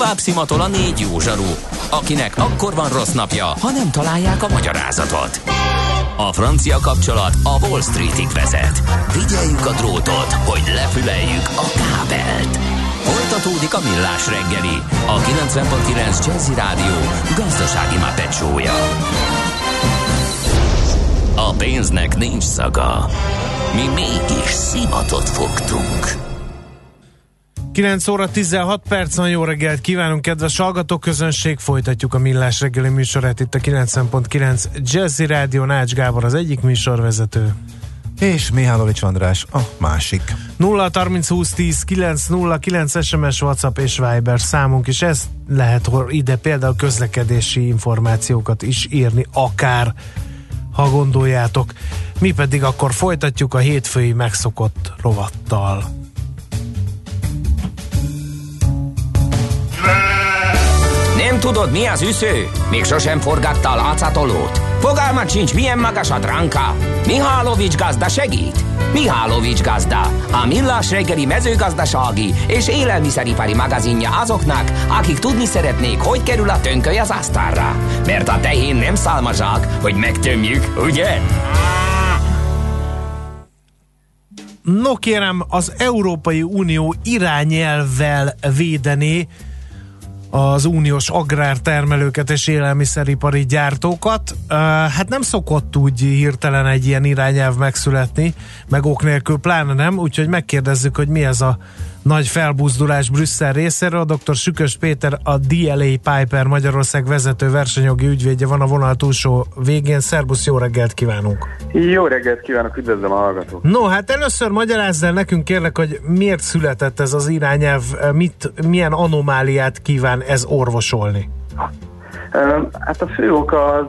Tovább szimatol a 4 jó zsaru, akinek akkor van rossz napja, ha nem találják a magyarázatot. A francia kapcsolat a Wall Streetig vezet. Figyeljük a drótot, hogy lefüleljük a kábelt. Folytatódik a Millás reggeli, a 90.9 Jazzy Rádió gazdasági mápecsója. A pénznek nincs szaga. Mi mégis szimatot fogtunk. 9 óra 16 perc van, jó reggelt kívánunk, kedves hallgatóközönség! Folytatjuk a Millás reggeli műsorát itt a 90.9 Jazzy Rádió. Ács Gábor az egyik műsorvezető. És Mihálovics András a másik. 0-30-20-10-9-09 SMS, WhatsApp és Viber számunk, és ez lehet ide például közlekedési információkat is írni, akár, ha gondoljátok. Mi pedig akkor folytatjuk a hétfői megszokott rovattal. Nem tudod, mi az üsző? Még sosem forgatta a látszatolót? Fogalmat sincs, milyen magas a dránka? Mihálovics gazda segít? Mihálovics gazda, a Millás reggeli mezőgazdasági és élelmiszeripari magazinja azoknak, akik tudni szeretnék, hogy kerül a tönköly az asztalra. Mert a tehén nem szálmazsák, hogy megtömjük, ugye? No kérem, az Európai Unió irányelvvel védené az uniós agrártermelőket és élelmiszeripari gyártókat. Hát nem szokott úgy hirtelen egy ilyen irányelv megszületni, meg ok nélkül pláne nem, úgyhogy megkérdezzük, hogy mi ez a nagy felbuzdulás Brüsszel részéről. Dr. Sükös Péter, a DLA Piper Magyarország vezető versenyjogi ügyvédje van a vonal túlsó végén. Szerbusz, jó reggelt kívánunk! Jó reggelt kívánok, üdvözlöm a hallgatók! No, hát először magyarázz el nekünk, kérlek, hogy miért született ez az irányelv, milyen anomáliát kíván ez orvosolni? Hát a fő oka az,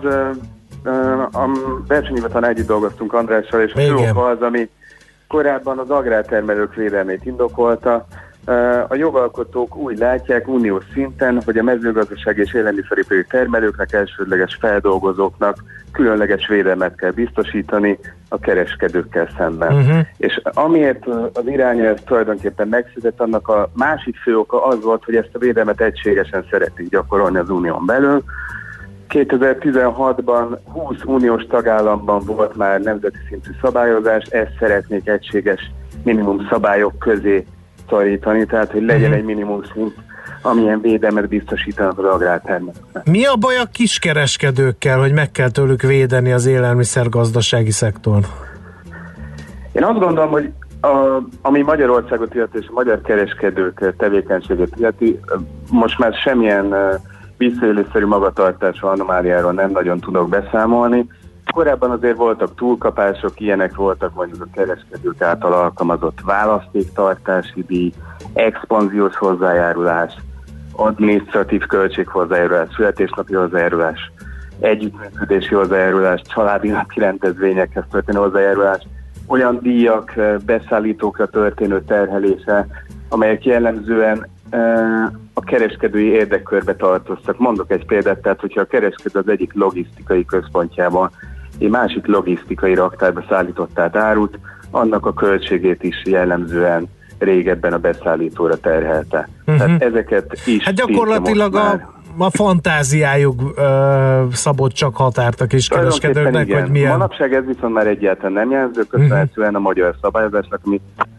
a versenyhivatalon együtt dolgoztunk Andrással, és a fő oka az, ami korábban az agrártermelők védelmét indokolta. A jogalkotók úgy látják uniós szinten, hogy a mezőgazdaság és élelmiszeripari termelőknek, elsődleges feldolgozóknak különleges védelmet kell biztosítani a kereskedőkkel szemben. És amiért az irányelv tulajdonképpen megszületett, annak a másik fő oka az volt, hogy ezt a védelmet egységesen szeretik gyakorolni az unión belül. 2016-ban 20 uniós tagállamban volt már nemzeti szintű szabályozás, ezt szeretnék egységes minimum szabályok közé szorítani, tehát hogy legyen egy minimum szint, amilyen védelmet biztosítanak az agrártermelőknek. Mi a baj a kiskereskedőkkel, hogy meg kell tőlük védeni az élelmiszergazdasági szektor? Én azt gondolom, hogy ami Magyarországot illeti és a magyar kereskedők tevékenységet illeti, most már semmilyen visszaélésszerű magatartású anomáliáról nem nagyon tudok beszámolni. Korábban azért voltak túlkapások, ilyenek voltak mondjuk a kereskedők által alkalmazott választéktartási díj, expanziós hozzájárulás, adminisztratív költséghozzájárulás, születésnapi hozzájárulás, együttműködési hozzájárulás, családi napi rendezvényekhez történő hozzájárulás, olyan díjak beszállítókra történő terhelése, amelyek jellemzően a kereskedői érdekkörbe tartoztak. Mondok egy példát, tehát hogyha a kereskedő az egyik logisztikai központjában egy másik logisztikai raktárba szállított át árut, annak a költségét is jellemzően régebben a beszállítóra terhelte. Tehát ezeket is... Hát gyakorlatilag a fantáziájuk szabott csak határt a kiskereskedőknek, hogy milyen... Manapság ez viszont már egyáltalán nem jelző, köszönhetően a magyar szabályozásnak, ami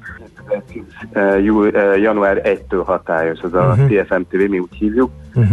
január 1-től hatályos, az a TFMTV, mi úgy hívjuk.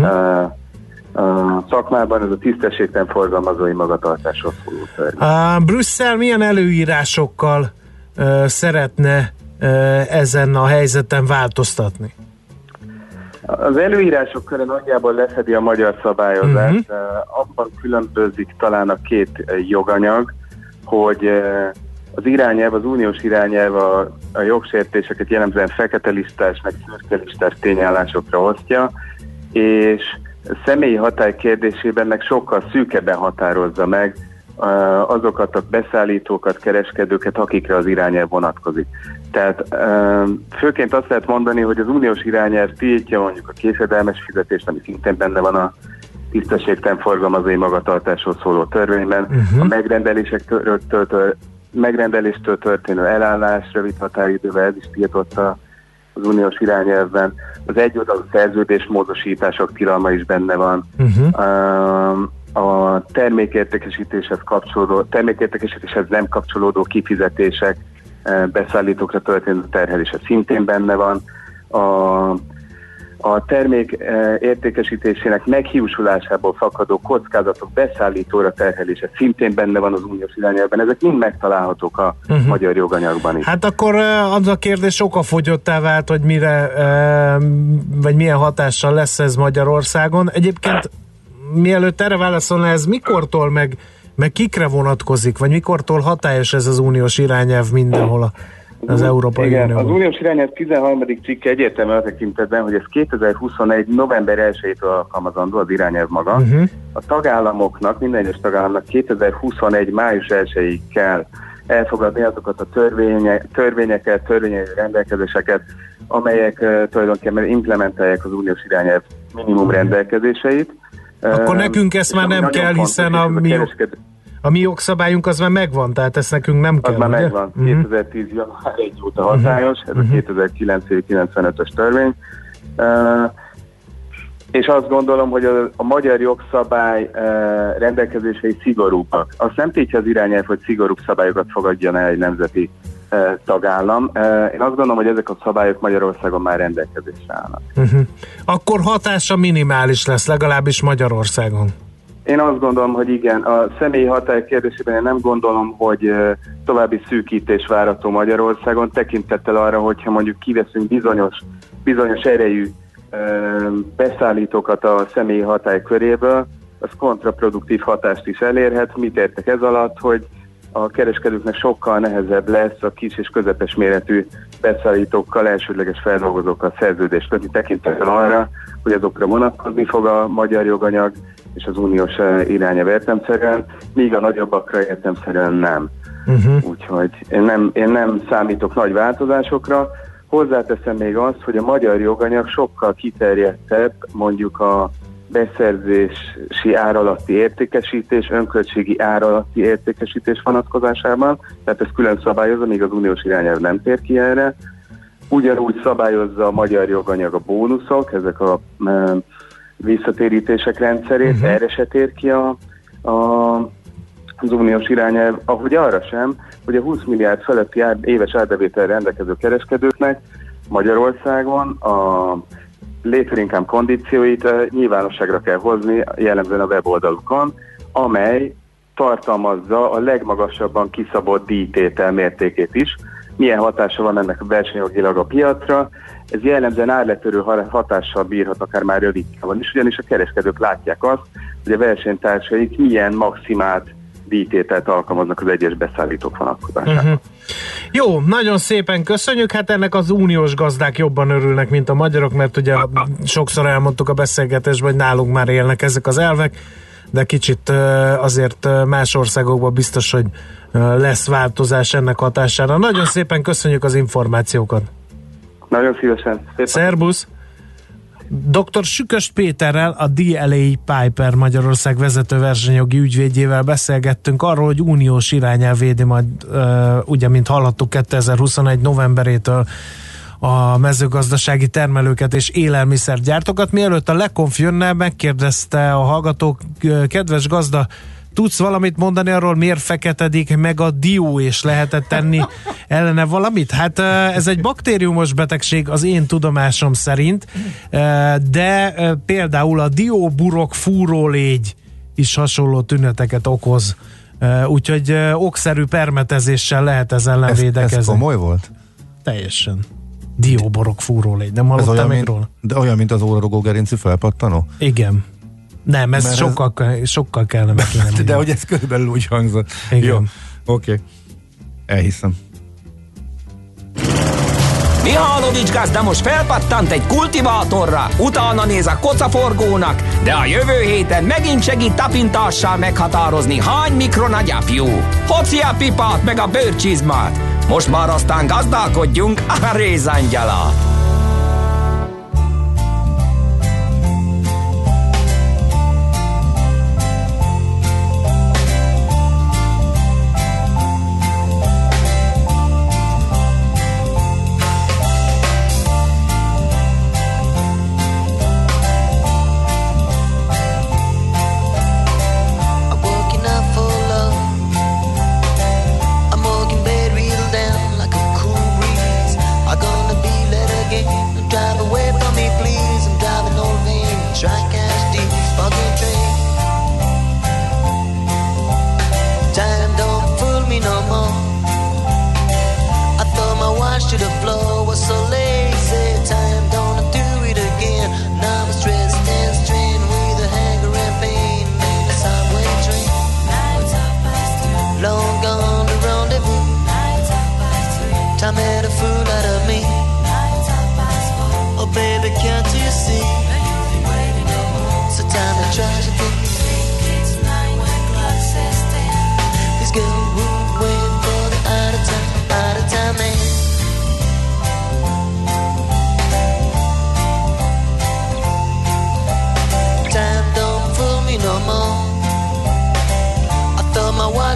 A szakmában ez a tisztességtelen forgalmazói magatartásról szóló törvény. Brüsszel milyen előírásokkal szeretne ezen a helyzeten változtatni? Az előírások körül nagyjából lefedi a magyar szabályozás. Abban különbözik talán a két joganyag, hogy az irányelv, az uniós irányelv a jogsértéseket jellemzően fekete listás, meg szürke listás tényállásokra osztja, és személyi hatály kérdésében meg sokkal szűkebben határozza meg azokat a beszállítókat, kereskedőket, akikre az irányelv vonatkozik. Tehát főként azt lehet mondani, hogy az uniós irányelv tiltja mondjuk a késedelmes fizetést, ami szintén benne van a tisztességtelen forgalmazói magatartásról szóló törvényben, a megrendeléstől történő elállás rövid határidővel, ez is tiltott az az uniós irányelvben. Az egyoldalú szerződésmódosítások tilalma is benne van. A termékértékesítéshez nem kapcsolódó kifizetések, beszállítókra történő terhelése szintén benne van. A termék értékesítésének meghiúsulásából fakadó kockázatok beszállítóra terhelése szintén benne van az uniós irányelvben. Ezek mind megtalálhatók a magyar joganyagban is. Hát akkor az a kérdés okafogyottá vált, hogy mire, vagy milyen hatással lesz ez Magyarországon. Egyébként mielőtt erre válaszolna, ez mikortól meg kikre vonatkozik, vagy mikortól hatályos ez az uniós irányelv mindenhol az Európai Unióban? Az uniós irányelv 13. cikke egyértelműen a tekintetben, hogy ez 2021. november 1-től alkalmazandó az irányelv maga. A tagállamoknak, minden egyes tagállamnak 2021. május 1-ig kell elfogadni azokat a törvényeket, törvényi rendelkezéseket, amelyek tulajdonképpen implementálják az uniós irányelv minimum rendelkezéseit. Akkor nekünk ezt már nem kell, hiszen a mi jogszabályunk az már megvan, tehát ezt nekünk nem kell. Az már megvan, 2010. január 1 óta hatályos, ez a 2009. 95-ös törvény. És azt gondolom, hogy a magyar jogszabály rendelkezései szigorúbbak. Azt nem tétje az irányelv, hogy szigorúbb szabályokat fogadjon el egy nemzeti tagállam. Én azt gondolom, hogy ezek a szabályok Magyarországon már rendelkezésre állnak. Akkor hatása minimális lesz, legalábbis Magyarországon. Én azt gondolom, hogy igen. A személyi hatály kérdésében én nem gondolom, hogy további szűkítés várható Magyarországon, tekintettel arra, hogyha mondjuk kiveszünk bizonyos erejű beszállítókat a személyi hatály köréből, az kontraproduktív hatást is elérhet. Mit értek ez alatt, hogy a kereskedőknek sokkal nehezebb lesz a kis és közepes méretű beszállítókkal, elsődleges feldolgozókkal szerződést kötni, tekintettel arra, hogy azokra vonatkozni fog a magyar joganyag és az uniós irányelv értelemszerűen, míg a nagyobbakra értelemszerűen nem. Úgyhogy én nem számítok nagy változásokra. Hozzáteszem még azt, hogy a magyar joganyag sokkal kiterjedtebb, mondjuk a beszerzési ár alatti értékesítés, önköltségi ár alatti értékesítés vonatkozásában, tehát ez külön szabályozza, míg az uniós irányelv nem tér ki erre. Ugyanúgy szabályozza a magyar joganyag a bónuszok, ezek a visszatérítések rendszerét, erre se tér ki az uniós irányelv, ahogy arra sem, hogy a 20 milliárd feletti éves árbevétel rendelkező kereskedőknek Magyarországon a létérinkám kondícióit nyilvánosságra kell hozni, jellemzően a weboldalukon, amely tartalmazza a legmagasabban kiszabott díjtétel mértékét is. Milyen hatása van ennek versenyjogilag a piacra? Ez jellemzően árletörő hatással bírhat akár már rövid távon is, ugyanis a kereskedők látják azt, hogy a versenytársaik milyen maximált díjtételt alkalmaznak az egyes beszállítók vonatkozásában. Jó, nagyon szépen köszönjük, hát ennek az uniós gazdák jobban örülnek, mint a magyarok, mert ugye sokszor elmondtuk a beszélgetésben, hogy nálunk már élnek ezek az elvek, de kicsit azért más országokban biztos, hogy lesz változás ennek hatására. Nagyon szépen köszönjük az információkat. Nagyon szívesen. Szerbusz! Dr. Sükös Péterrel, a DLA Piper Magyarország vezető versenyjogi ügyvédjével beszélgettünk arról, hogy uniós irányelv védi majd, ugye, mint hallhattuk, 2021 novemberétől a mezőgazdasági termelőket és élelmiszergyártókat. Mielőtt a Lekonf jönne, megkérdezte a hallgatók, kedves gazda, tudsz valamit mondani arról, miért feketedik meg a dió, és lehetett tenni ellene valamit? Hát ez egy baktériumos betegség az én tudomásom szerint, de például a dióburok fúrólégy is hasonló tüneteket okoz. Úgyhogy okszerű permetezéssel lehet ez ellen védekezni. Ez komoly volt? Teljesen. Dióborok fúrólégy. Nem hallottam még róla? De olyan, mint az órarugó gerincű felpattanó? Igen. Nem, ez sokkal kellene meg kéne. De hogy ez körülbelül úgy hangzott. Igen. Jó, oké. Elhiszem. Mihálovics gazda most felpattant egy kultivátorra, utána néz a kocaforgónak, de a jövő héten megint segít tapintással meghatározni, hány mikron a gyapjú. Hoci a pipát meg a bőrcsizmát. Most már aztán gazdálkodjunk a rézangyalat.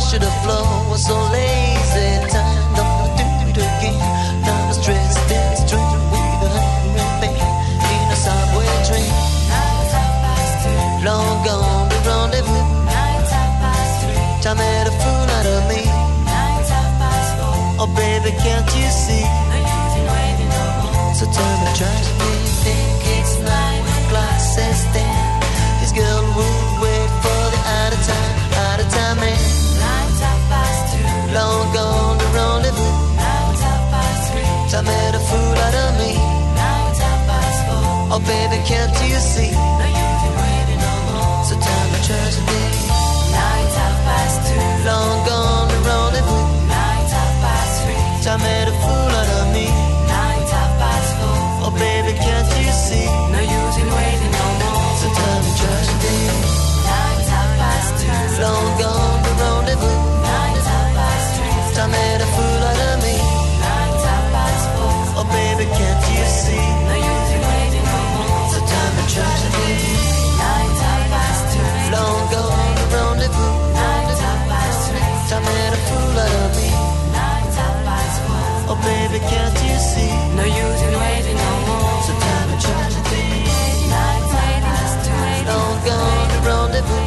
wash to the floor was so lazy. Time don't do it again. Now I'm stressed in the street with a hungry baby in a subway train. Long gone the rendezvous. Time made a fool out of me. Oh baby, can't you see? So tell me, try to think it's 9 o'clock, says then. This girl would wait for the out of time man. Long gone the rendezvous. Time made a fool out of me. Oh baby, can't you see? So tell me, try to think. Long gone the rendezvous. Time made a fool out of me. Oh baby, can't you see? No use in waiting no more. So tell me, just be. Long gone the rendezvous. Time made a fool out of me. Oh baby, can't you see? No use in waiting no more. So tell me, just be. Long gone the rendezvous. Time made a fool out of me. Oh baby, can't you see? No use in waiting no more. So time to try to think. Long gone the rendezvous.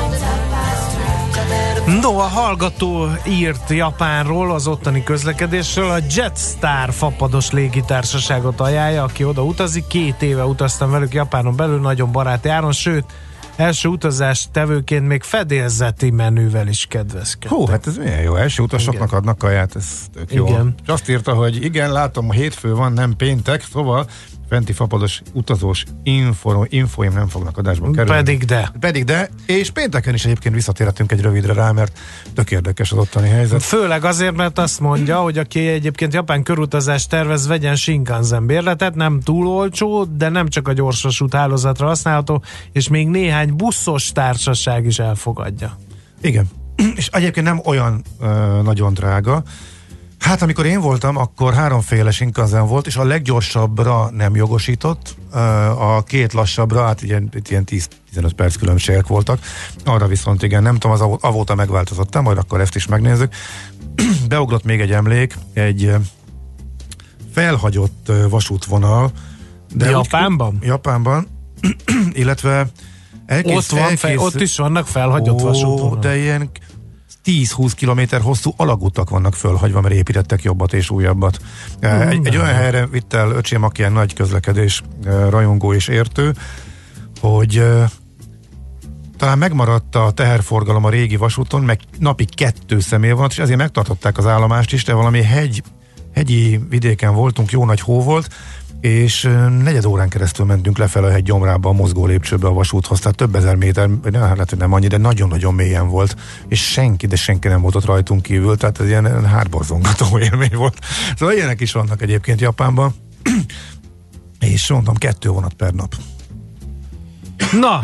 No, a hallgató írt Japánról, az ottani közlekedésről, a Jetstar fapados légitársaságot ajánlja, aki oda utazik. 2 éve utaztam velük Japánon belül, nagyon baráti áron, sőt, első utazás tevőként még fedélzeti menüvel is kedvezkedtek. Hú, hát ez milyen jó. Első utasoknak adnak kaját, ez tök jó. Igen. És azt írta, hogy igen, látom, hétfő van, nem péntek, szóval fenti fapados utazós infóim nem fognak adásban kerülni. Pedig de, és pénteken is egyébként visszatérhetünk egy rövidre rá, mert tök érdekes az ottani helyzet. Főleg azért, mert azt mondja, hogy aki egyébként japán körutazást tervez, vegyen Shinkansen bérletet, nem túl olcsó, de nem csak a gyorsvasút hálózatra használható, és még néhány buszos társaság is elfogadja. Igen, és egyébként nem olyan nagyon drága. Hát amikor én voltam, akkor 3 Shinkansen volt, és a leggyorsabbra nem jogosított, a 2 lassabbra, hát ilyen 10-15 perc különbségek voltak. Arra viszont igen, nem tudom, azóta megváltozott, majd akkor ezt is megnézzük. Beugrott még egy emlék, egy felhagyott vasútvonal. De Japánban? Japánban, illetve ott is vannak felhagyott vasútvonal. De ilyen 10-20 kilométer hosszú alagutak vannak fölhagyva, mert építettek jobbat és újabbat. Egy olyan helyre vitt el öcsém, aki ilyen nagy közlekedés rajongó és értő, hogy talán megmaradt a teherforgalom a régi vasúton, meg napi 2 személyvonat, és ezért megtartották az állomást is, de valami hegyi vidéken voltunk, jó nagy hó volt, és 4 órán keresztül mentünk lefelé a hegy gyomrába, a mozgó lépcsőbe a vasúthoz, tehát több ezer méter, lehet, hogy nem annyi, de nagyon-nagyon mélyen volt, és senki nem volt ott rajtunk kívül, tehát ez ilyen hátborzongató élmény volt. Szóval ilyenek is vannak egyébként Japánban, és mondtam 2 vonat per nap. Na!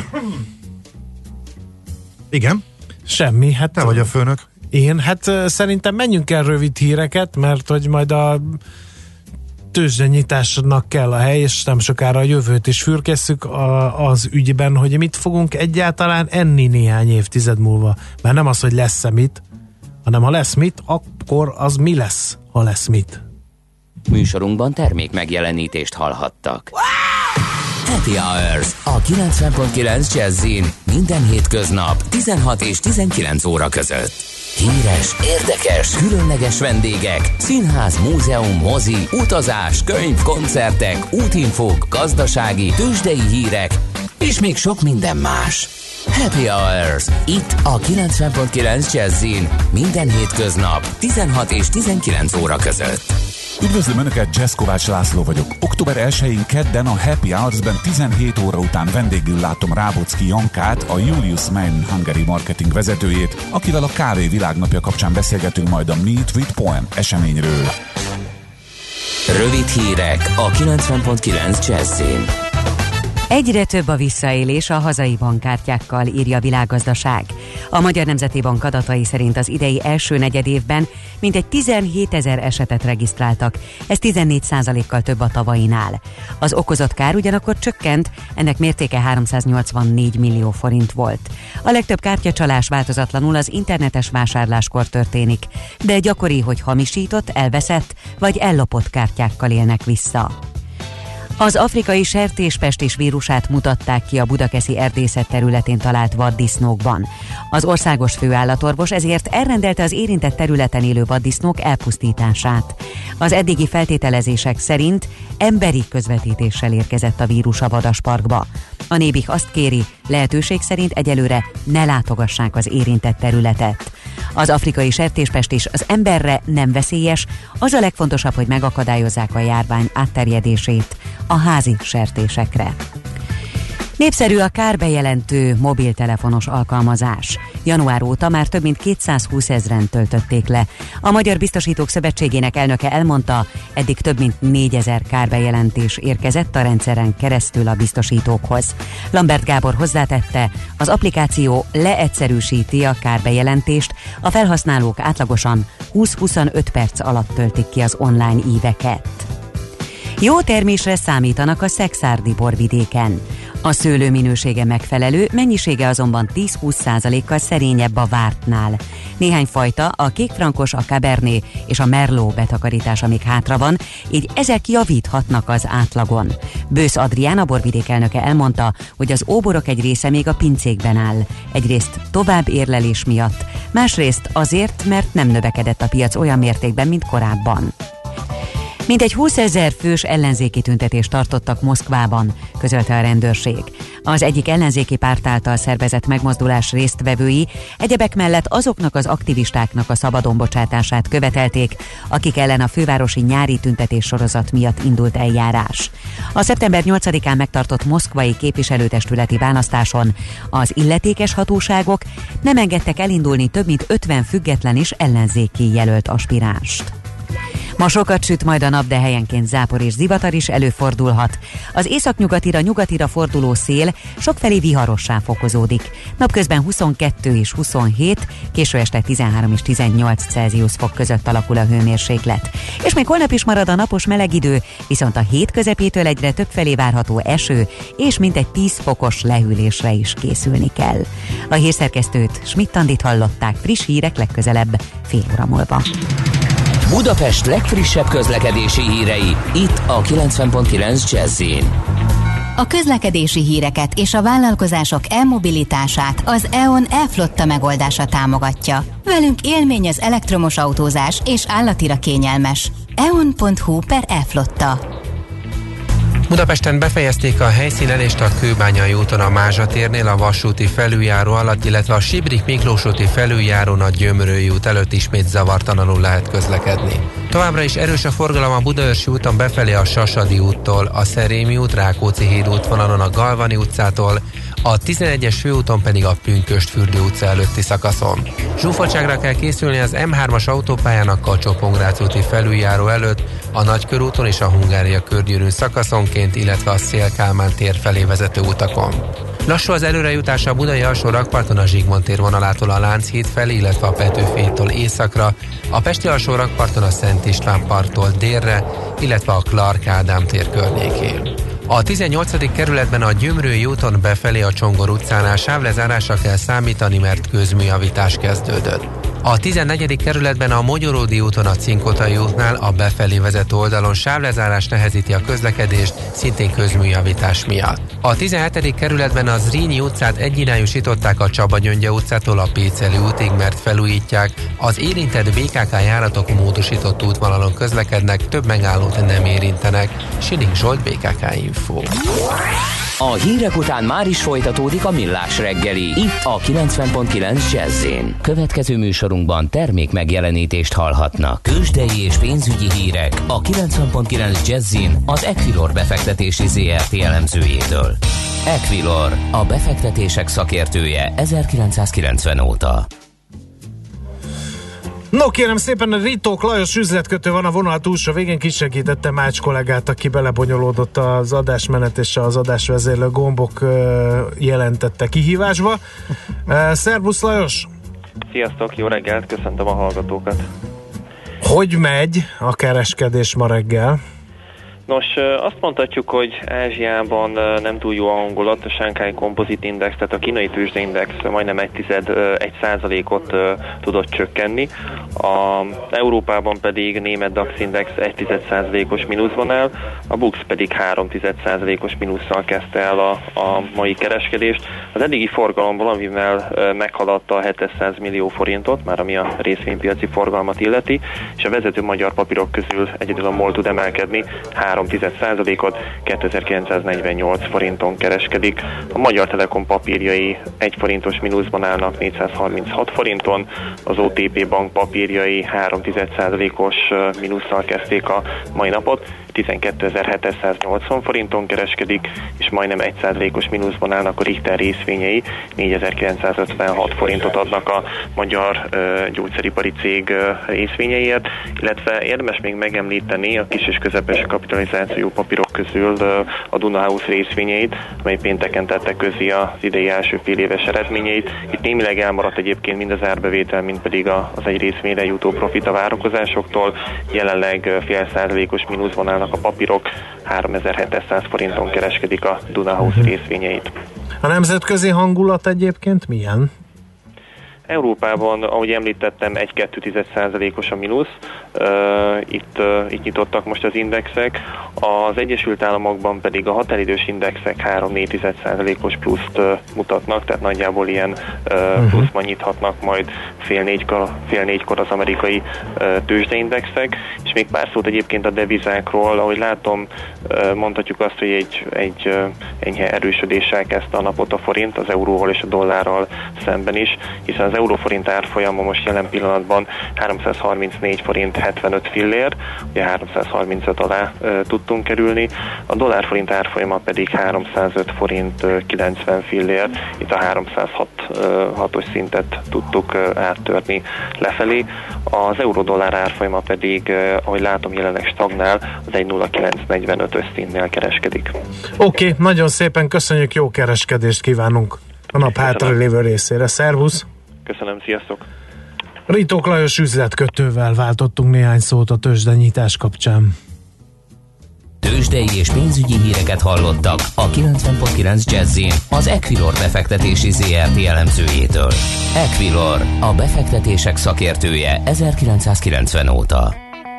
Igen? Semmi, hát... Te vagy a főnök? Én? Hát szerintem menjünk el rövid híreket, mert hogy majd a tőzsdenyításnak kell a hely, és nem sokára a jövőt is fürkesszük az ügyben, hogy mit fogunk egyáltalán enni néhány évtized múlva. Mert nem az, hogy lesz-e mit, hanem ha lesz mit, akkor az mi lesz, ha lesz mit. Műsorunkban termék megjelenítést hallhattak. Happy Hours a 90.9 Jazzin minden hétköznap 16 és 19 óra között. Híres, érdekes, különleges vendégek, színház, múzeum, mozi, utazás, könyv, koncertek, útinfók, gazdasági, tőzsdei hírek, és még sok minden más. Happy Hours itt a 90.9 Jazzin minden hétköznap 16 és 19 óra között. Üdvözlöm Önöket, Jazz Kovács László vagyok. Október 1-én kedden a Happy Hours-ben 17 óra után vendégül látom Rábocki Jankát, a Julius Main Hungary marketing vezetőjét, akivel a kávé világnapja kapcsán beszélgetünk majd a Meet with Poem eseményről. Rövid hírek a 90.9 Jazzin. Egyre több a visszaélés a hazai bankkártyákkal, írja a Világgazdaság. A Magyar Nemzeti Bank adatai szerint az idei első negyedévben mintegy 17 000 esetet regisztráltak, ez 14%-kal több a tavainál. Az okozott kár ugyanakkor csökkent, ennek mértéke 384 millió forint volt. A legtöbb kártyacsalás változatlanul az internetes vásárláskor történik, de gyakori, hogy hamisított, elveszett vagy ellopott kártyákkal élnek vissza. Az afrikai sertéspestis vírusát mutatták ki a budakeszi erdészet területén talált vaddisznókban. Az országos főállatorvos ezért elrendelte az érintett területen élő vaddisznók elpusztítását. Az eddigi feltételezések szerint emberi közvetítéssel érkezett a vírus a vadasparkba. A Nébih azt kéri, lehetőség szerint egyelőre ne látogassák az érintett területet. Az afrikai sertéspestis az emberre nem veszélyes, az a legfontosabb, hogy megakadályozzák a járvány átterjedését a házi sertésekre. Népszerű a kárbejelentő mobiltelefonos alkalmazás. Január óta már több mint 220 000-en töltötték le. A Magyar Biztosítók Szövetségének elnöke elmondta, eddig több mint 4000 kárbejelentés érkezett a rendszeren keresztül a biztosítókhoz. Lambert Gábor hozzátette, az applikáció leegyszerűsíti a kárbejelentést, a felhasználók átlagosan 20-25 perc alatt töltik ki az online íveket. Jó termésre számítanak a szekszárdi borvidéken. A szőlő minősége megfelelő, mennyisége azonban 10-20%-kal szerényebb a vártnál. Néhány fajta, a kékfrankos, a cabernet és a merlot betakarítása még hátra van, így ezek javíthatnak az átlagon. Bősz Adrián, a borvidék elnöke elmondta, hogy az óborok egy része még a pincékben áll. Egyrészt tovább érlelés miatt, másrészt azért, mert nem növekedett a piac olyan mértékben, mint korábban. Mintegy 20 000 fős ellenzéki tüntetést tartottak Moszkvában, közölte a rendőrség. Az egyik ellenzéki párt által szervezett megmozdulás résztvevői egyebek mellett azoknak az aktivistáknak a szabadon bocsátását követelték, akik ellen a fővárosi nyári tüntetés sorozat miatt indult eljárás. A szeptember 8-án megtartott moszkvai képviselőtestületi választáson az illetékes hatóságok nem engedtek elindulni több mint 50 független és ellenzéki jelölt aspiránst. Ma sokat süt majd a nap, de helyenként zápor és zivatar is előfordulhat. Az északnyugatira, nyugatira forduló szél sokfelé viharossá fokozódik. Napközben 22 és 27, késő este 13 és 18 Celsius fok között alakul a hőmérséklet. És még holnap is marad a napos meleg idő, viszont a hét közepétől egyre többfelé várható eső, és mintegy 10 fokos lehűlésre is készülni kell. A hírszerkesztőt, Schmidt-Andit hallották, friss hírek legközelebb fél óra múlva. Budapest legfrissebb közlekedési hírei, itt a 90.9 Jazz-in. A közlekedési híreket és a vállalkozások e-mobilitását az E.ON e-flotta megoldása támogatja. Velünk élmény az elektromos autózás és állatira kényelmes. eon.hu/e-flotta. Budapesten befejezték a helyszínelést a Kőbányai úton a Mázsa térnél, a vasúti felüljáró alatt, illetve a Sibrik Miklós úti felüljárón a Gyömrői út előtt ismét zavartalanul lehet közlekedni. Továbbra is erős a forgalom a Budaörsi úton befelé a Sasadi úttól, a Szerémi út, Rákóczi híd útvonalon a Galvani utcától, a 11-es főúton pedig a Pünkösdfürdő utca előtti szakaszon. Zsúfoltságra kell készülni az M3-as autópályán a Kacsó-Pongrác úti felüljáró előtt, a Nagykörúton és a Hungária körgyűrűn szakaszonként, illetve a Széll-Kálmán tér felé vezető utakon. Lassú az előrejutása a Budai alsó rakparton a Zsigmond tér vonalától a Lánchíd felé, illetve a Petőfi hídtól északra, a Pesti alsó rakparton a Szent István parttól délre, illetve a Clark Ádám tér környékén. A 18. kerületben a Gyömrői úton befelé a Csongor utcánál sávlezárásra kell számítani, mert közműjavítás kezdődött. A 14. kerületben a Mogyoródi úton a Cinkotai útnál a befelé vezető oldalon sávlezárás nehezíti a közlekedést, szintén közműjavítás miatt. A 17. kerületben a Zrínyi utcát egyirányúsították a Csaba-Gyöngye utcától a Péceli útig, mert felújítják. Az érintett BKK járatok módosított útvonalon közlekednek, több megállót nem érintenek. Siling Zsolt, BKK Info. A hírek után már is folytatódik a Millás reggeli, itt a 90.9 Jazz-in. Következő műsorunkban termék megjelenítést hallhatnak. Tőzsdei és pénzügyi hírek a 90.9 Jazz-in az Equilor befektetési ZRT elemzőjétől. Equilor, a befektetések szakértője 1990 óta. No kérem szépen, a Ritók Lajos üzletkötő van a vonal túlsó végén, kisegítette Mács kollégát, aki belebonyolódott az adásmenet és az adásvezérlő gombok jelentette kihívásba. Szervusz Lajos! Sziasztok, jó reggelt, köszöntöm a hallgatókat! Hogy megy a kereskedés ma reggel? Nos, azt mondhatjuk, hogy Ázsiában nem túl jó a hangulat, a Shanghai Composite Index, tehát a kínai tőzsdeindex majdnem 1% tudott csökkenni. Európában pedig német DAX Index 1,1%-os mínuszban áll, a BUX pedig 3,1%-os mínusszal kezdte el a mai kereskedést. Az eddigi forgalomból, amivel meghaladta a 700 millió forintot, már ami a részvénypiaci forgalmat illeti, és a vezető magyar papírok közül egyedül a MOL tud emelkedni, 3,1%-ot 2948 forinton kereskedik. A Magyar Telekom papírjai 1 forintos mínuszban állnak 436 forinton, az OTP Bank papírjai 3,1%-os mínusszal kezdték a mai napot, 12.780 forinton kereskedik, és majdnem 1%-os mínuszban állnak a Richter részvényei, 4.956 forintot adnak a magyar gyógyszeripari cég részvényeiért, illetve érdemes még megemlíteni a kis és közepes kapitalizáció papírok közül a Duna House részvényeit, mely pénteken tette közé az idei első fél éves eredményeit. Itt némileg elmaradt egyébként mind az árbevétel, mind pedig az egy részvényre jutó profit a várakozásoktól. Jelenleg 0,5%-os mínuszban állnak a papírok, 3700 forinton kereskedik a Duna House részvényeit. A nemzetközi hangulat egyébként milyen? Európában, ahogy említettem, 1,2%-os a mínusz, itt nyitottak most az indexek, az Egyesült Államokban pedig a határidős indexek 3,4%-os pluszt mutatnak, tehát nagyjából ilyen pluszban nyithatnak majd fél négykor az amerikai tőzsdeindexek, és még pár szót egyébként a devizákról, ahogy látom, mondhatjuk azt, hogy egy enyhe erősödéssel kezdte a napot a forint, az euróval és a dollárral szemben is, hiszen az euróforint árfolyama most jelen pillanatban 334 forint 75 fillér, ugye 335 alá tudtunk kerülni, a dollárforint árfolyama pedig 305 forint 90 fillér, itt a 306-os szintet tudtuk áttörni lefelé, az euró-dollár árfolyama pedig, ahogy látom, jelenleg stagnál, az 1,0945-ös szintnél kereskedik. Oké, nagyon szépen köszönjük, jó kereskedést kívánunk a nap hátralévő részére. Szervusz! Köszönöm, sziasztok! Ritók Lajos üzletkötővel váltottunk néhány szót a tőzsdenyítás kapcsán. Tőzsdei és pénzügyi híreket hallottak a 90.9 Jazzin az Equilor befektetési ZRT elemzőjétől. Equilor, a befektetések szakértője 1990 óta.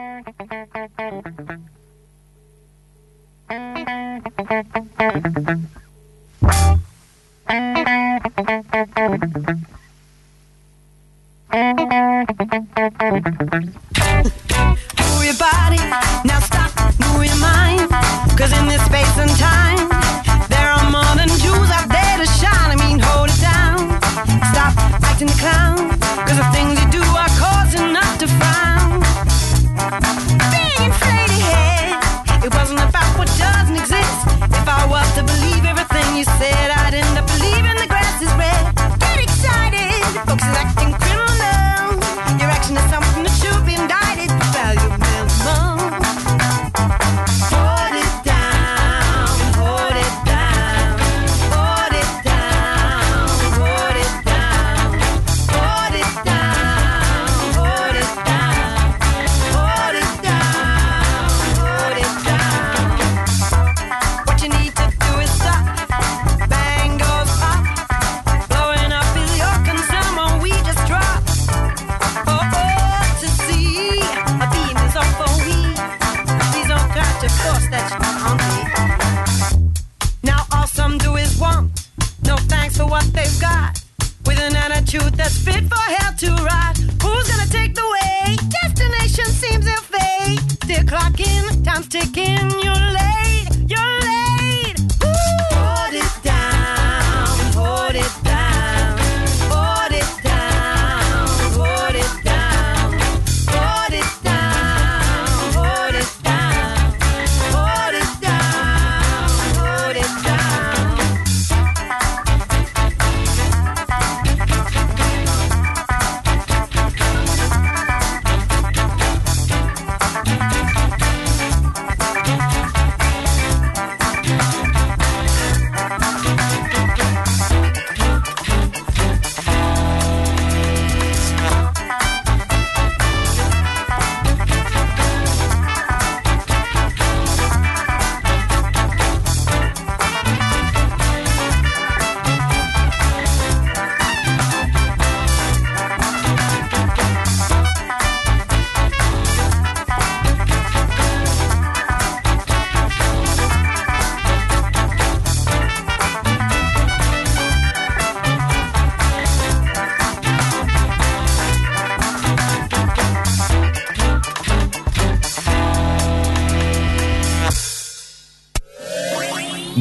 Move your body, now stop, move your mind. Cause in this space and time, there are more than jewels out there to shine. I mean, hold it down, stop acting the clown. Cause the things you do are causing us to frown. Big inflated head, it wasn't about what doesn't exist. If I was to believe everything you said, I'd end up believing the grass is red. Get excited, folks is acting criminal. Your action is something that should be indicted. Value minimum. Hold it down, hold it down, hold it down, hold it down, hold it down, hold it down, hold it down, hold it down. What you need to do is stop. Bang goes up. Blowing up is your concern when we just drop. To see a beam is off for we. Please don't try to force that on me. Now all some do is want. No thanks for what they've got. With an attitude that's fit for hell to ride. Who's gonna take the way? Destination seems ill fate. Still clocking, time's ticking. You're late, you're late. Ooh. Hold it down, hold it down, hold it down, hold it down, hold it down, hold it down, hold it down, hold it down.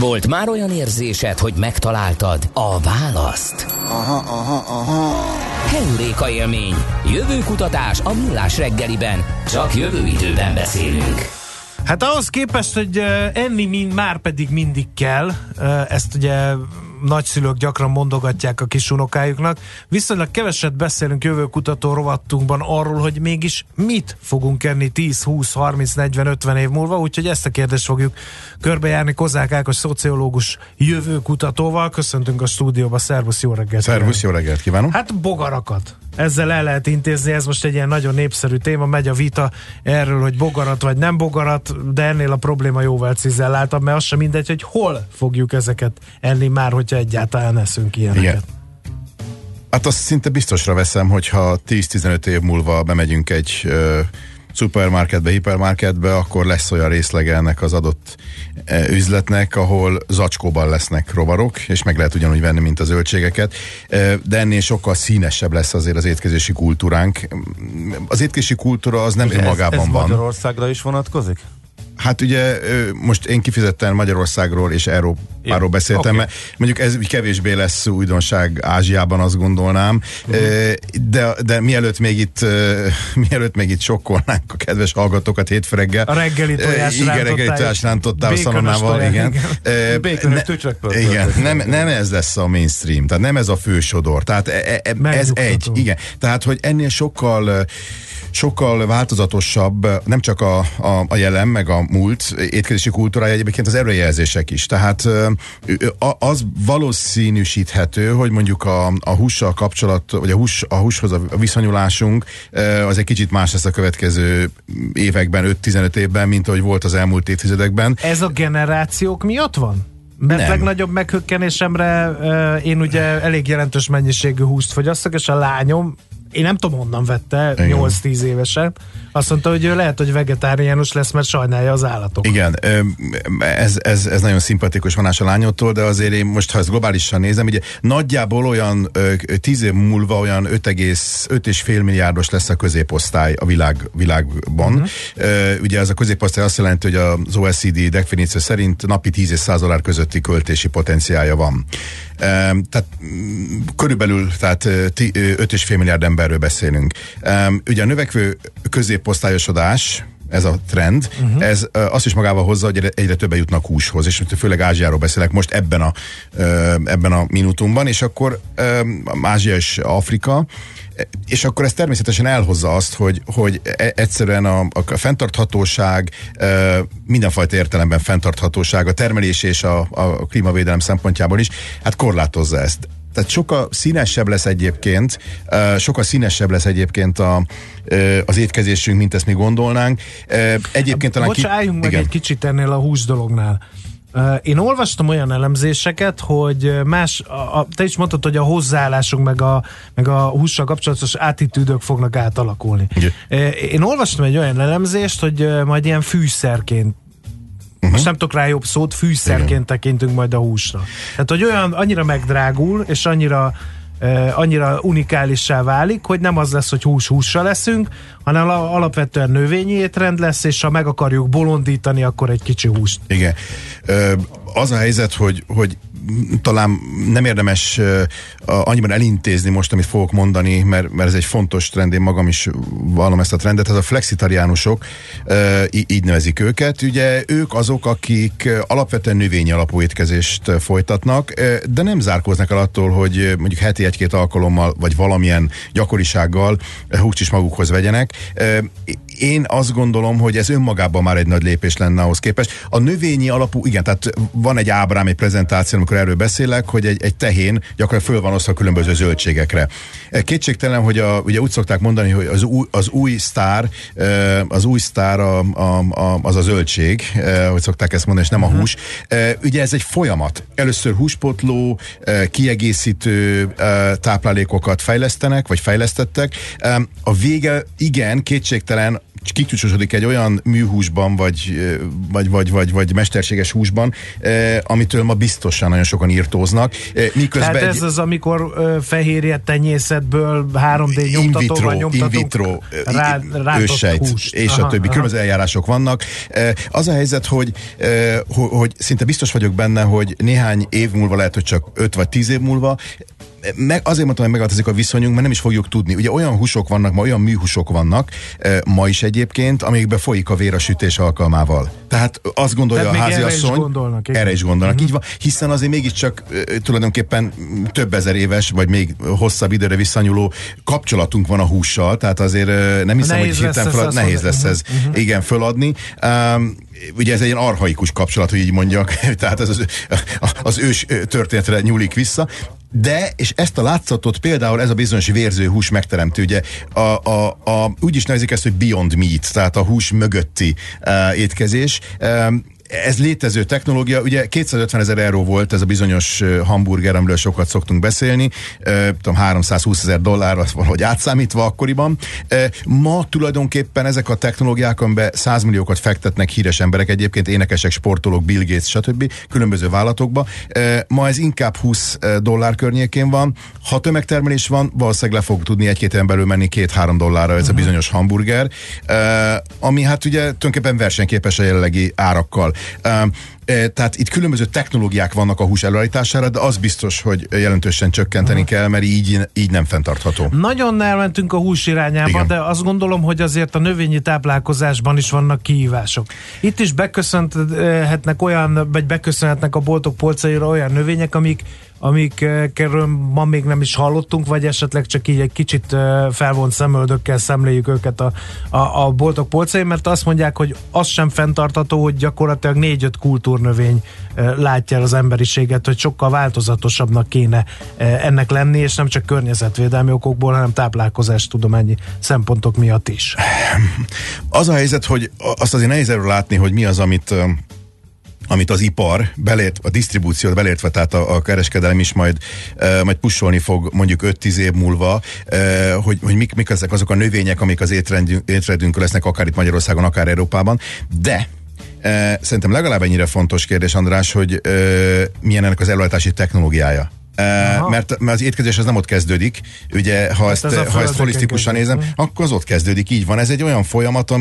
Volt már olyan érzésed, hogy megtaláltad a választ? Aha. Heuréka élmény, jövőkutatás a Millás reggeliben. Csak jövő időben beszélünk. Hát ahhoz képest, hogy enni már pedig mindig kell, ezt ugye nagyszülők gyakran mondogatják a kis unokájuknak, viszonylag keveset beszélünk jövőkutató rovatunkban arról, hogy mégis mit fogunk enni 10, 20, 30, 40, 50 év múlva, úgyhogy ezt a kérdést fogjuk körbejárni Kozák Ákos szociológus jövőkutatóval. Köszöntünk a stúdióba, szervusz, jó reggelt! Szervusz, jó reggelt kívánok! Hát bogarakat. Ezzel el lehet intézni, ez most egy ilyen nagyon népszerű téma, megy a vita erről, hogy bogarat vagy nem bogarat, de ennél a probléma jóval cizelláltabb, mert az sem mindegy, hogy hol fogjuk ezeket enni már, hogyha egyáltalán eszünk ilyeneket. Igen. Hát azt szinte biztosra veszem, hogyha 10-15 év múlva bemegyünk egy szupermarketbe, hipermarketbe, akkor lesz olyan részlege ennek az adott üzletnek, ahol zacskóban lesznek rovarok, és meg lehet ugyanúgy venni, mint a zöldségeket, de ennél sokkal színesebb lesz azért az étkezési kultúránk. Az étkezési kultúra az nem önmagában van. Ez Magyarországra is vonatkozik? Hát ugye most én kifejezetten Magyarországról és Európáról beszéltem, mert mondjuk ez kevésbé lesz újdonság Ázsiában, azt gondolnám, de mielőtt még itt sokkolnánk a kedves hallgatókat hétfő reggel. A reggeli tojás rántottál a szalonnával, igen. Nem ez lesz a mainstream, tehát nem ez a fősodor. Tehát ez egy, igen. Tehát, hogy ennél sokkal változatosabb, nem csak a jelen, meg a múlt étkezési kultúrája, egyébként az előrejelzések is. Tehát az valószínűsíthető, hogy mondjuk a hússal kapcsolat, vagy a húshoz a viszonyulásunk az egy kicsit más lesz a következő években, 5-15 évben, mint ahogy volt az elmúlt évtizedekben. Ez a generációk miatt van? Mert legnagyobb meghökkenésemre én ugye elég jelentős mennyiségű húst fogyasztok, és a lányom, én nem tudom honnan vette, 8-10 évesen, azt mondta, hogy ő lehet, hogy vegetáriánus lesz, mert sajnálja az állatok. Igen, ez nagyon szimpatikus vonás a lányodtól, de azért én most, ha ezt globálisan nézem, ugye nagyjából olyan 10 év múlva olyan 5,5 milliárdos lesz a középosztály a világban. Ugye ez a középosztály azt jelenti, hogy az OECD definíció szerint napi 10 és $100 közötti költési potenciálja van. Tehát körülbelül 5,5 milliárd emberről beszélünk. Ugye a növekvő középosztályosodás, ez a trend, ez azt is magával hozza, hogy egyre többen jutnak húshoz, és főleg Ázsiáról beszélek most ebben a minutumban, és Ázsia és Afrika, és akkor ez természetesen elhozza azt, hogy egyszerűen a fenntarthatóság, mindenfajta értelemben fenntarthatóság, a termelés és a klímavédelem szempontjából is, hát korlátozza ezt. Tehát sokkal színesebb lesz egyébként az étkezésünk, mint ezt mi gondolnánk. Egyébként talán álljunk meg egy kicsit ennél a hús dolognál. Én olvastam olyan elemzéseket, hogy te is mondtad, hogy a hozzáállásunk meg a hússal kapcsolatos attitűdök fognak átalakulni. Én olvastam egy olyan elemzést, hogy majd ilyen fűszerként, most nem tudok rá jobb szót, fűszerként tekintünk majd a húsra. Tehát, hogy annyira megdrágul, és annyira unikálissá válik, hogy nem az lesz, hogy húsra leszünk, hanem alapvetően növényi étrend lesz, és ha meg akarjuk bolondítani, akkor egy kicsi húst. Igen. Az a helyzet, hogy talán nem érdemes annyiban elintézni most, amit fogok mondani, mert ez egy fontos trend, én magam is vallom ezt a trendet, ez a flexitariánusok, így nevezik őket. Ugye ők azok, akik alapvetően növényi alapú étkezést folytatnak, de nem zárkóznak el attól, hogy mondjuk heti 1-2 alkalommal, vagy valamilyen gyakorisággal húst is magukhoz vegyenek. Én azt gondolom, hogy ez önmagában már egy nagy lépés lenne ahhoz képest. A növényi alapú, igen, tehát van egy ábrám, egy prezentáció, amikor erről beszélek, hogy egy tehén gyakran föl van osztva különböző zöldségekre. Kétségtelen, hogy ugye úgy szokták mondani, hogy az új sztár az a zöldség, hogy szokták ezt mondani, és nem a hús. Ugye ez egy folyamat. Először húspótló, kiegészítő táplálékokat fejlesztenek, vagy fejlesztettek. A vége, igen, kétségtelen, kicsúcsosodik egy olyan műhúsban, vagy mesterséges húsban, amitől ma biztosan nagyon sokan írtóznak. Tehát ez az, amikor fehérje tenyészetből 3D nyomtatóval nyomtatunk in vitro őssejt, és a többi. Különböző eljárások vannak. Az a helyzet, hogy szinte biztos vagyok benne, hogy néhány év múlva, lehet, hogy csak 5 vagy 10 év múlva, azért mondtam, hogy megváltozik a viszonyunk, mert nem is fogjuk tudni. Ugye olyan húsok vannak, olyan műhúsok vannak, ma is egyébként, amikbe folyik a vér a sütés alkalmával. Tehát azt gondolja a háziasszony, erre is gondolnak, így van, hiszen azért mégiscsak tulajdonképpen több ezer éves, vagy még hosszabb időre visszanyúló kapcsolatunk van a hússal, tehát azért nem hiszem, hogy hirtelen nehéz lesz ez igen föladni. Ugye ez egy ilyen archaikus kapcsolat, hogy így mondjak, tehát ez az ős történetre nyúlik vissza. De, és ezt a látszatot például ez a bizonyos vérző hús megteremtő, ugye úgy is nevezik ezt, hogy Beyond Meat, tehát a hús mögötti étkezés. Ez létező technológia, ugye 250 000 euró volt ez a bizonyos hamburger, amiről sokat szoktunk beszélni, tudom, 320 000 $, valahogy átszámítva akkoriban. Ma tulajdonképpen ezek a technológiák, amiben 100 milliókat fektetnek híres emberek, egyébként énekesek, sportolók, Bill Gates, stb. Különböző vállalatokba. Ma ez inkább 20 $ környékén van. Ha tömegtermelés van, valószínűleg le fog tudni 1-2 éven belül menni $2-3 ez a bizonyos hamburger, ami hát ugye tulajdonképpen versenyképes a jelenlegi árakkal. Tehát itt különböző technológiák vannak a hús előállítására, de az biztos, hogy jelentősen csökkenteni kell, mert így nem fenntartható. Nagyon elmentünk a hús irányába, igen. De azt gondolom, hogy azért a növényi táplálkozásban is vannak kihívások. Itt is beköszönhetnek a boltok polcaira olyan növények, amikről ma még nem is hallottunk, vagy esetleg csak így egy kicsit felvont szemöldökkel szemléljük őket a boltok polcain, mert azt mondják, hogy az sem fenntartható, hogy gyakorlatilag 4-5 kultúrnövény látja el az emberiséget, hogy sokkal változatosabbnak kéne ennek lenni, és nem csak környezetvédelmi okokból, hanem táplálkozástudományi szempontok miatt is. Az a helyzet, hogy azt azért nehéz erről látni, hogy mi az, amit az ipar, a disztribúciót belértve, tehát a kereskedelem is majd pusolni fog mondjuk 5-10 év múlva, hogy mik ezek azok a növények, amik az étrendünkön lesznek, akár itt Magyarországon, akár Európában, de szerintem legalább ennyire fontos kérdés, András, hogy milyen ennek az előállítási technológiája. Mert az étkezés az nem ott kezdődik, ugye, ha ezt holisztikusan nézem, akkor az ott kezdődik, így van. Ez egy olyan folyamat,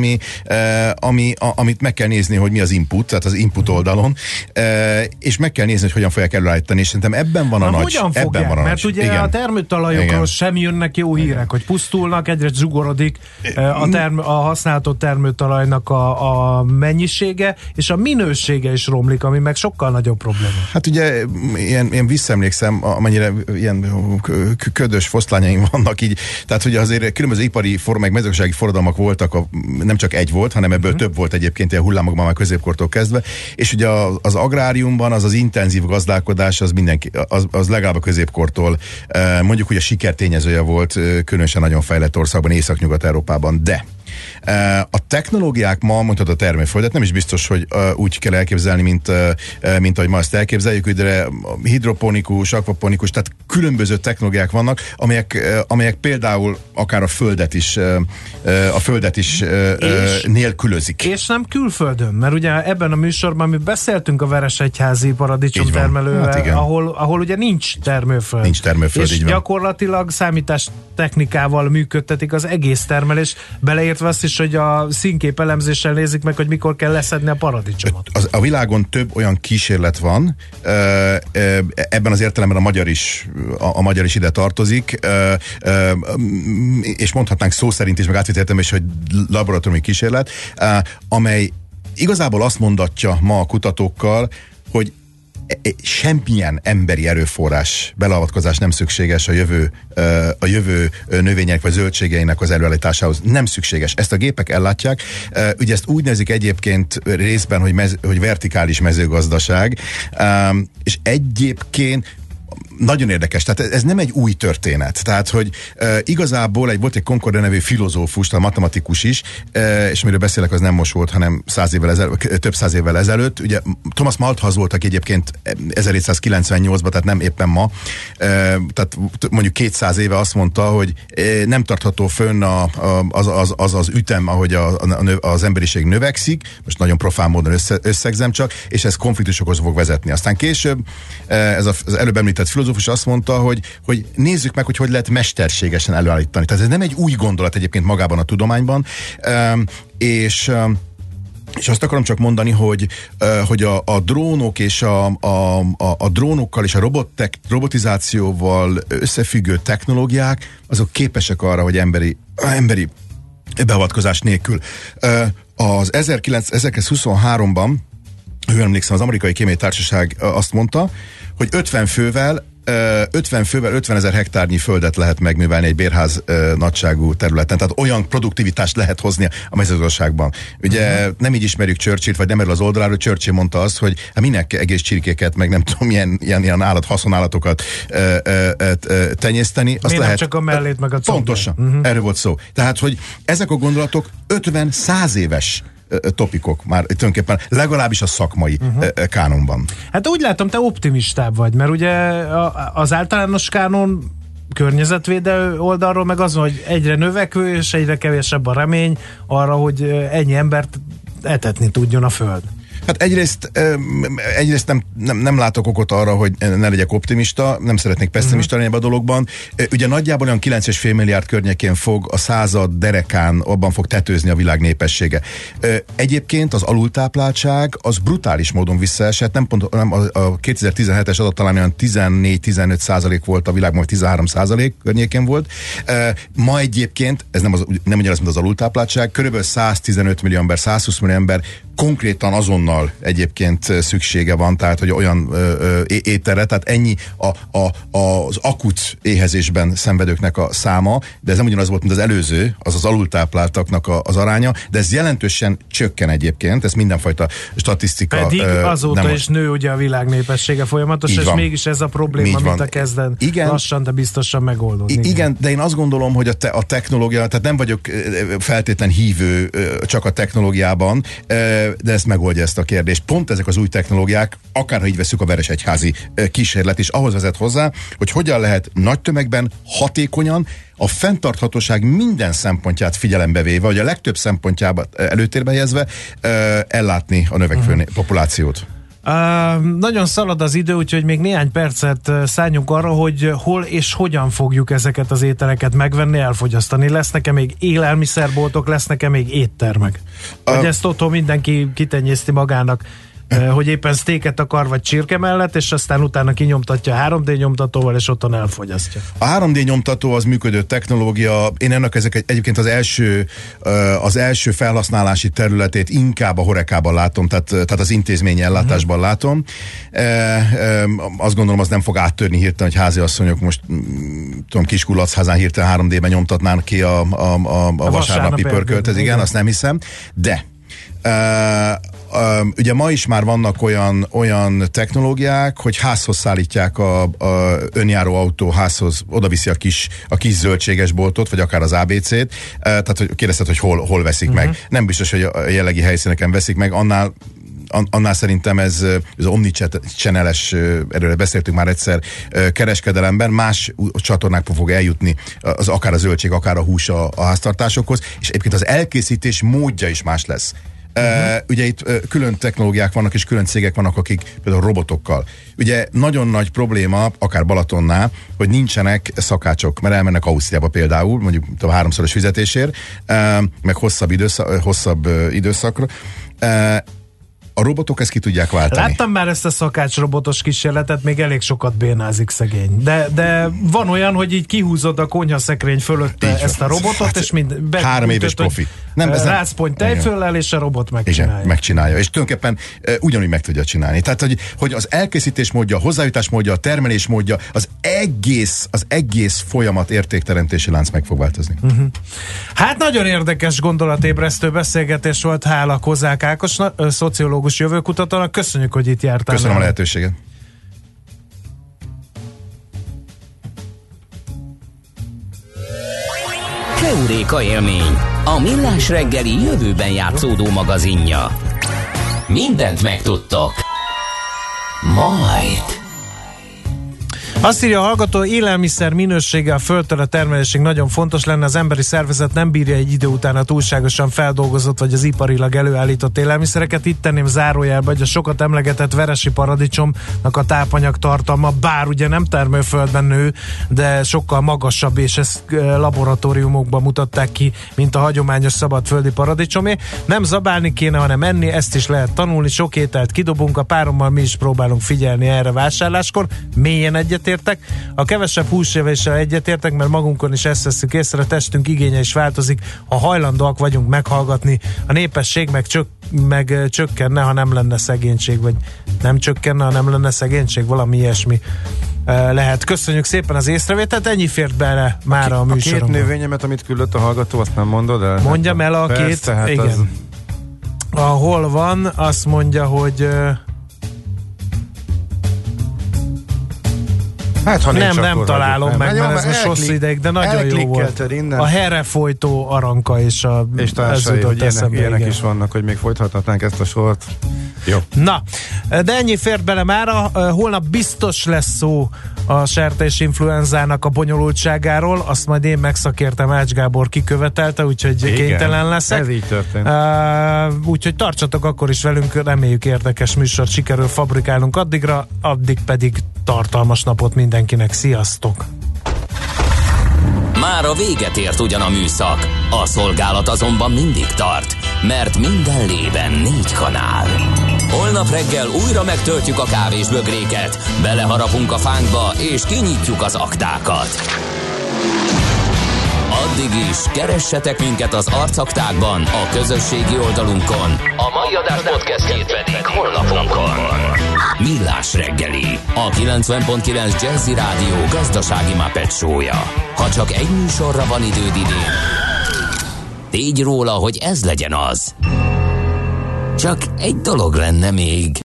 amit meg kell nézni, hogy mi az input, tehát az input oldalon, és meg kell nézni, hogy hogyan fogják előállítani, és szerintem ebben van a nagy. Mert ugye igen. A termőtalajokról sem jönnek jó hírek, hogy pusztulnak, egyre zsugorodik a használható termőtalajnak a mennyisége, és a minősége is romlik, ami meg sokkal nagyobb probléma. Hát ugye, én visszaemlékszem, amennyire ilyen ködös foszlányaim vannak így, tehát hogy azért különböző ipari meg mezőgazdasági forradalmak voltak, nem csak egy volt, hanem ebből több volt egyébként ilyen hullámokban már középkortól kezdve, és ugye az agráriumban az intenzív gazdálkodás az legalább a középkortól mondjuk, hogy a sikertényezője volt különösen nagyon fejlett országban, Észak-Nyugat-Európában, de a technológiák ma, mondhatod a termőföldet, nem is biztos, hogy úgy kell elképzelni, mint ahogy ma ezt elképzeljük, de hidroponikus, akvaponikus, tehát különböző technológiák vannak, amelyek például akár a földet is nélkülözik. És nem külföldön, mert ugye ebben a műsorban mi beszéltünk a Veresegyházi paradicsomtermelővel, hát ahol ugye nincs termőföld. Nincs termőföld, és gyakorlatilag számítástechnikával működtetik az egész termelés, beleértve azt is, hogy a színkép elemzéssel nézik meg, hogy mikor kell leszedni a paradicsomot. A világon több olyan kísérlet van, ebben az értelemben a magyar is ide tartozik, és mondhatnánk szó szerint is, meg átvitt is, hogy laboratóriumi kísérlet, amely igazából azt mondatja ma a kutatókkal, hogy semmilyen emberi erőforrás beleavatkozás nem szükséges a jövő növények vagy zöldségeinek az előállításához. Nem szükséges. Ezt a gépek ellátják. Ugye ezt úgy nevezik egyébként részben, hogy vertikális mezőgazdaság, és egyébként nagyon érdekes, tehát ez nem egy új történet. Tehát, hogy igazából volt egy Concordia nevű filozófus, a matematikus is, és miről beszélek, az nem most volt, hanem több száz évvel ezelőtt. Ugye Thomas Malthus volt, aki egyébként 1798-ban, tehát nem éppen ma, tehát mondjuk 200 éve azt mondta, hogy nem tartható fönn az ütem, ahogy az emberiség növekszik, most nagyon profán módon összegzem csak, és ez konfliktusokhoz fog vezetni. Aztán később ez az előbb említett filozófus azt mondta, hogy nézzük meg, hogy lehet mesterségesen előállítani. Tehát ez nem egy új gondolat egyébként magában a tudományban, és azt akarom csak mondani, hogy a drónok és a drónokkal és a robotizációval összefüggő technológiák, azok képesek arra, hogy emberi beavatkozás nélkül. Az 1923-ban, ha emlékszem, az Amerikai Kémiai Társaság azt mondta, hogy 50 fővel 50 000 hektárnyi földet lehet megművelni egy bérház nagyságú területen. Tehát olyan produktivitást lehet hozni a mezőgazdaságban. Ugye nem így ismerjük Churchillt, vagy nem erről az oldaláról. Churchill mondta azt, hogy minek egész csirkéket, meg nem tudom, ilyen haszonállatokat tenyészteni. Azt lehet, csak a mellét, meg a combját. Pontosan, erről volt szó. Tehát, hogy ezek a gondolatok 50-100 éves topikok már tulajdonképpen legalábbis a szakmai kánonban. Hát úgy látom, te optimistább vagy, mert ugye az általános kánon környezetvédő oldalról meg az, hogy egyre növekvő és egyre kevesebb a remény arra, hogy ennyi embert etetni tudjon a föld. Hát egyrészt nem látok okot arra, hogy ne legyek optimista, nem szeretnék pessimista lenni ebben a dologban. Ugye nagyjából olyan 9,5 milliárd környékén fog a század derekán, abban fog tetőzni a világ népessége. Egyébként az alultápláltság az brutális módon visszaesett, nem a 2017-es adat talán olyan 14-15% volt a világban, vagy 13% környékén volt. Ma egyébként, ez nem ugyanaz, mint az alultápláltság, körülbelül 115 millió ember, 120 millió ember konkrétan azonnal egyébként szüksége van, tehát hogy olyan ételre, tehát ennyi az akut éhezésben szenvedőknek a száma, de ez nem ugyanaz volt, mint az előző, az alultápláltaknak az aránya, de ez jelentősen csökken egyébként, ez mindenfajta statisztika. Pedig azóta is nő ugye a világ népessége folyamatosan, és mégis ez a probléma, mint a kezden lassan, de biztosan megoldódni. Igen, de én azt gondolom, hogy a technológia, tehát nem vagyok feltétlen hívő csak a technológiában, de ezt megoldja ezt a kérdést. Pont ezek az új technológiák, akárha így veszük a Veresegyházi kísérlet is, ahhoz vezet hozzá, hogy hogyan lehet nagy tömegben, hatékonyan, a fenntarthatóság minden szempontját figyelembe véve, vagy a legtöbb szempontjában előtérbe helyezve ellátni a növekvő populációt. Nagyon szalad az idő, úgyhogy még néhány percet szálljunk arra, hogy hol és hogyan fogjuk ezeket az ételeket megvenni, elfogyasztani. Lesznek-e még élelmiszerboltok, lesznek-e még éttermek? Vagy ezt otthon mindenki kitenyészti magának, hogy éppen sztéket akar, vagy csirke mellett, és aztán utána kinyomtatja 3D nyomtatóval, és otthon elfogyasztja. A 3D nyomtató az működő technológia. Én ennek egyébként az első felhasználási területét inkább a Horecában látom, tehát az intézményi ellátásban látom. Azt gondolom, az nem fog áttörni hirtelen, hogy háziasszonyok most Kiskulacházán hirtelen 3D-ben nyomtatnának ki a vasárnapi pörköltet. Igen, azt nem hiszem. De ugye ma is már vannak olyan technológiák, hogy házhoz szállítják a önjáró autó házhoz, odaviszi a kis zöldséges boltot, vagy akár az ABC-t, tehát hogy kérdezted, hogy hol veszik meg. Nem biztos, hogy a jellegi helyszíneken veszik meg, annál szerintem ez omnichannel-es, erről beszéltünk már egyszer, kereskedelemben más csatornákból fog eljutni akár a zöldség, akár a hús a háztartásokhoz, és egyébként az elkészítés módja is más lesz. Ugye itt külön technológiák vannak, és külön cégek vannak, akik például robotokkal. Ugye nagyon nagy probléma, akár Balatonnál, hogy nincsenek szakácsok, mert elmennek Ausztriába például, mondjuk 3-szoros fizetésért, meg hosszabb időszakra. A robotok ezt ki tudják váltani. Láttam már ezt a szakács robotos kísérletet, még elég sokat bénázik szegény. De van olyan, hogy így kihúzod a konyhaszekrény fölött ezt a robotot, és 3 éves profi. Rászpony tejföllel, és a robot megcsinálja. Igen, megcsinálja. És tulajdonképpen ugyanúgy meg tudja csinálni. Tehát, hogy az elkészítés módja, a hozzájutás módja, a termelés módja, az egész folyamat értékteremtési lánc meg fog változni. Hát nagyon érdekes gondolatébresztő beszélgetés volt, hála Kozák Ákosnak, szociológus jövőkutatónak. Köszönjük, hogy itt jártál. Köszönöm a lehetőséget. Keuréka élmény, a millás reggeli jövőben játszódó magazinja. Mindent megtudtok. Majd. Azt írja a hallgató, élelmiszer minősége, a földtől a termelésig nagyon fontos lenne, az emberi szervezet nem bírja egy idő után a túlságosan feldolgozott vagy az iparilag előállított élelmiszereket. Itt tenném zárójelbe, hogy a sokat emlegetett veresi paradicsomnak a tápanyag tartalma, bár ugye nem termőföldben nő, de sokkal magasabb, és ezt laboratóriumokban mutatták ki, mint a hagyományos szabadföldi paradicsomé. Nem zabálni kéne, hanem enni, ezt is lehet tanulni, sok ételt kidobunk, a párommal mi is próbálunk figyelni erre vásárláskor, mélyen egyetértek. A kevesebb húslevéssel egyetértek, mert magunkon is ezt veszük észre, a testünk igénye is változik, ha hajlandóak vagyunk meghallgatni, a népesség meg csökkenne, ha nem lenne szegénység, vagy nem csökkenne, ha nem lenne szegénység, valami ilyesmi lehet. Köszönjük szépen az észrevételt, ennyi fért bele már a műsoromban. A két növényemet, amit küldött a hallgató, azt nem mondod el? Mondjam el a két, igen. Az... Ahol van, azt mondja, hogy hát, ha nem találom meg, mert ez most hosszú ideig, de nagyon jó volt. Innen. A herrefolytó aranka és a társai, hogy ilyenek is vannak, hogy még folytathatnánk ezt a sort. Jó. Na, de ennyi fért bele mára. Holnap biztos lesz szó a sertésinfluenzának a bonyolultságáról, azt majd én megszakértem, Ács Gábor kikövetelte, úgyhogy igen, kénytelen leszek. Ez így történt. Úgyhogy tartsatok akkor is velünk, reméljük érdekes műsort sikerül fabrikálnunk addig pedig tartalmas napot mindenkinek. Sziasztok! Már a véget ért ugyan a műszak, a szolgálat azonban mindig tart, mert minden lében 4 kanál. Holnap reggel újra megtöltjük a kávésbögréket, beleharapunk a fánkba és kinyitjuk az aktákat. Addig is keressetek minket az arcaktákban, a közösségi oldalunkon, a mai adás podcastjét pedig honlapunkon. Millás reggeli, a 90.9 Jazzy Rádió gazdasági Muppet show-ja. Ha csak egy műsorra van időd idén, tégy róla, hogy ez legyen az. Csak egy dolog lenne még.